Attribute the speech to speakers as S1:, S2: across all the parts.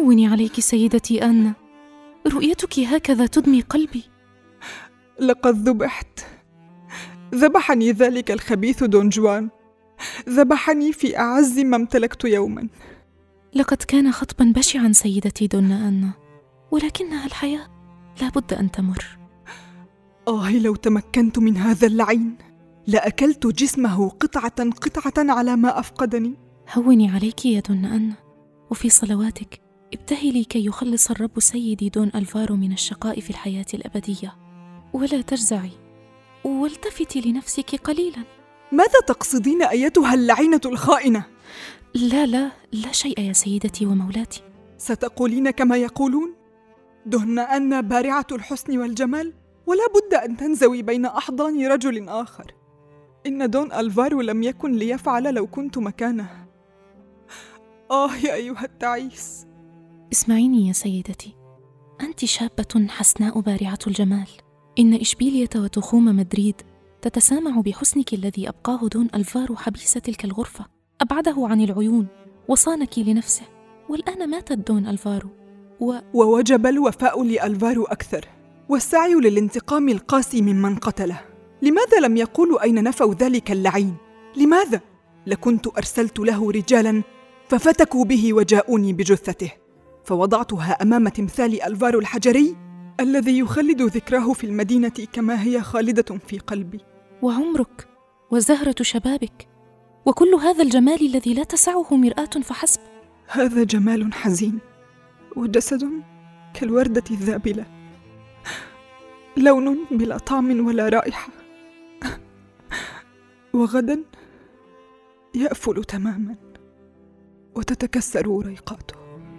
S1: هوني عليك سيدتي آنا، رؤيتك هكذا تدمي قلبي.
S2: لقد ذبحت، ذبحني ذلك الخبيث دون جوان، ذبحني في أعز ما امتلكت يوما.
S1: لقد كان خطبا بشعا سيدتي دون آنا، ولكنها الحياة، لا بد أن تمر.
S2: لو تمكنت من هذا اللعين لأكلت جسمه قطعة قطعة على ما أفقدني.
S1: هوني عليك يا دون آنا، وفي صلواتك ابتهلي كي يخلص الرب سيدي دون ألفارو من الشقاء في الحياة الأبدية، ولا تجزعي، والتفتي لنفسك قليلا.
S2: ماذا تقصدين أيتها اللعينة الخائنة؟
S1: لا شيء يا سيدتي ومولاتي.
S2: ستقولين كما يقولون؟ دهن أن بارعة الحسن والجمال، ولا بد أن تنزوي بين أحضان رجل آخر. إن دون ألفارو لم يكن ليفعل لو كنت مكانه. يا أيها التعيس.
S1: اسمعيني يا سيدتي، أنت شابة حسناء بارعة الجمال. إن إشبيلية وتخوم مدريد تتسامع بحسنك الذي أبقاه دون ألفارو حبيس تلك الغرفة، أبعده عن العيون وصانك لنفسه، والآن ماتت دون ألفارو
S2: ووجب الوفاء لألفارو أكثر، والسعي للانتقام القاسي ممن قتله. لماذا لم يقولوا أين نفوا ذلك اللعين؟ لماذا؟ لكنت أرسلت له رجالا ففتكوا به وجاءوني بجثته، فوضعتها أمام تمثال ألفارو الحجري الذي يخلد ذكراه في المدينة كما هي خالدة في قلبي.
S1: وعمرك وزهرة شبابك وكل هذا الجمال الذي لا تسعه مرآة فحسب.
S2: هذا جمال حزين، وجسد كالوردة الذابلة، لون بلا طعم ولا رائحة، وغدا يأفل تماما وتتكسر ريقاته.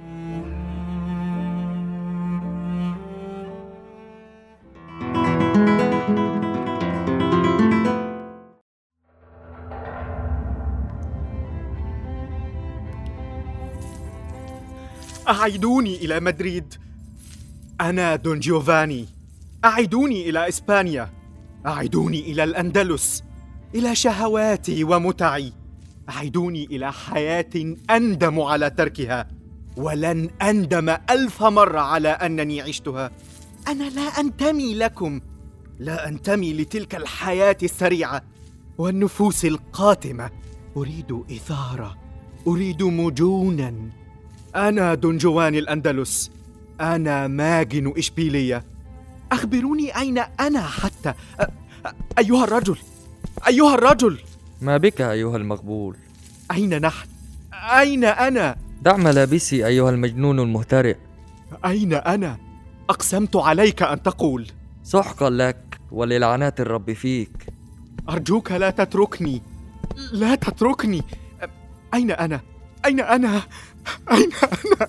S3: أعيدوني إلى مدريد، أنا دون جيوفاني. أعيدوني إلى إسبانيا، أعيدوني إلى الأندلس، إلى شهواتي ومتعي. أعيدوني إلى حياة أندم على تركها، ولن أندم 1000 مرة على أنني عشتها. أنا لا أنتمي لكم، لا أنتمي لتلك الحياة السريعة والنفوس القاتمة. أريد إثارة، أريد مجونا. أنا دون جوان الأندلس، أنا ماجن إشبيلية. أخبروني أين أنا حتى. أيها الرجل، أيها الرجل،
S4: ما بك أيها المقبول؟
S3: أين نحن؟ أين أنا؟
S4: دع ملابسي أيها المجنون المهترئ.
S3: أين أنا؟ أقسمت عليك أن تقول.
S4: سحقا لك وللعنات الرب فيك.
S3: أرجوك لا تتركني، لا تتركني. أين أنا؟ أين أنا؟ أين أنا؟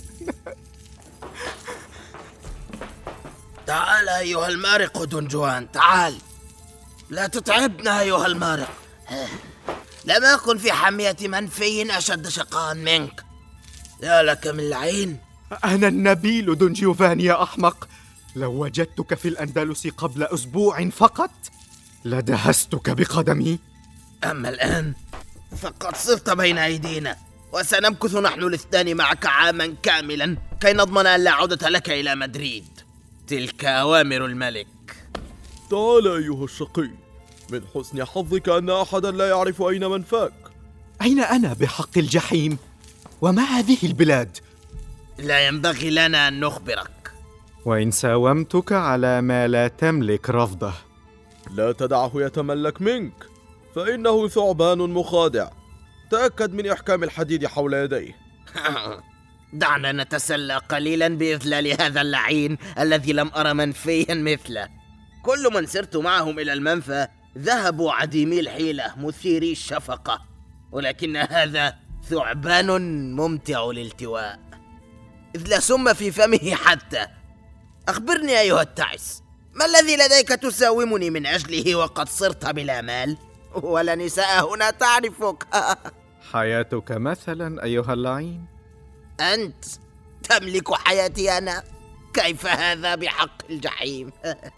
S5: تعال أيها المارق دون جوان، تعال، لا تتعبنا أيها المارق. لم أكن في حمية منفي أشد شقاء منك، يا لك من العين.
S3: أنا النبيل دون جيوفاني يا أحمق. لو وجدتك في الأندلس قبل أسبوع فقط لدهستك بقدمي.
S5: أما الآن فقد صرت بين أيدينا، وسنمكث نحن الاثنان معك عاما كاملا كي نضمن أن لا عودة لك إلى مدريد. تلك أوامر الملك.
S6: تعال أيها الشقي، من حسن حظك أن أحدا لا يعرف أين منفاك.
S3: أين أنا بحق الجحيم؟ وما هذه البلاد؟
S5: لا ينبغي لنا أن نخبرك.
S3: وإن ساومتك على ما لا تملك رفضه.
S6: لا تدعه يتملك منك، فإنه ثعبان مخادع. تأكد من إحكام الحديد حول يديه.
S5: دعنا نتسلى قليلا بإذلال هذا اللعين الذي لم أرى منفيا مثله. كل من سرت معهم إلى المنفى ذهبوا عديمي الحيلة مثيري الشفقة، ولكن هذا ثعبان ممتع الالتواء، إذ لا سم في فمه حتى. أخبرني أيها التعس، ما الذي لديك تساومني من أجله وقد صرت بلا مال؟ ولا نساء هنا تعرفك.
S3: حياتك مثلا أيها اللعين.
S5: أنت تملك حياتي أنا؟ كيف هذا بحق الجحيم؟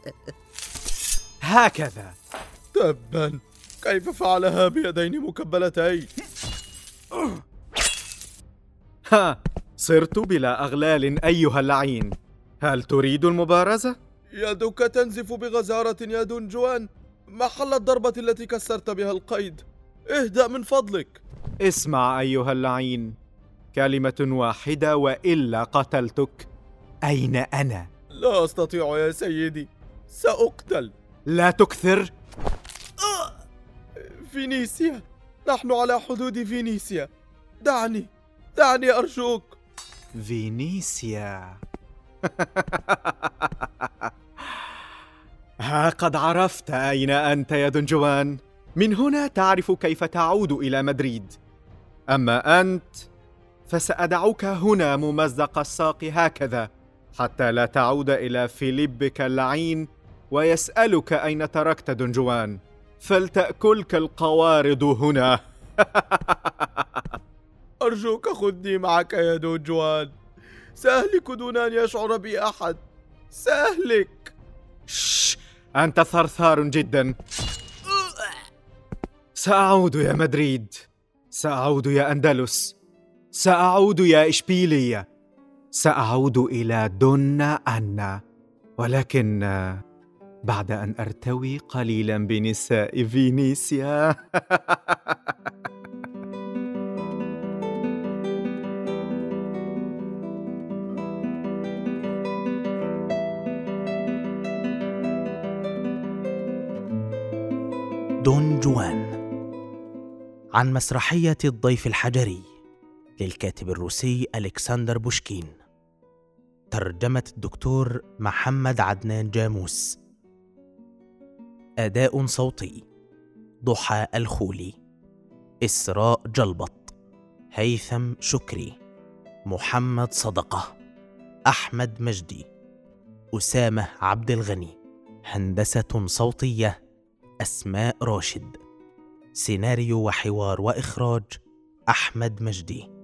S3: هكذا.
S6: تبا، كيف فعلها بيدين مكبلتين؟
S3: صرت بلا أغلال أيها اللعين. هل تريد المبارزة؟
S6: يدك تنزف بغزارة يا دون جوان. محل الضربة التي كسرت بها القيد. اهدأ من فضلك.
S3: اسمع أيها اللعين، كلمة واحدة وإلا قتلتك. أين أنا؟
S6: لا أستطيع يا سيدي، سأقتل.
S3: لا تكثر.
S6: فينيسيا، نحن على حدود فينيسيا. دعني أرجوك.
S3: فينيسيا. ها قد عرفت أين أنت يا دون جوان. من هنا تعرف كيف تعود إلى مدريد. أما أنت فسأدعك هنا ممزق الساق هكذا حتى لا تعود إلى فيليبك اللعين ويسألك أين تركت دون جوان، فلتأكلك القوارض هنا.
S6: أرجوك خذني معك يا دون جوان. سأهلك دون أن يشعر بي أحد. سأهلك.
S3: شش، أنت ثرثار جدا. سأعود يا مدريد، سأعود يا أندلس، سأعود يا إشبيلية، سأعود إلى دونا أنا، ولكن بعد أن أرتوي قليلا بنساء فينيسيا.
S7: دون جوان، عن مسرحية الضيف الحجري للكاتب الروسي ألكسندر بوشكين، ترجمة الدكتور محمد عدنان جاموس. أداء صوتي: ضحى الخولي، إسراء جلبط، هيثم شكري، محمد صدقة، أحمد مجدي، أسامة عبد الغني. هندسة صوتية: أسماء راشد. سيناريو وحوار وإخراج: أحمد مجدي.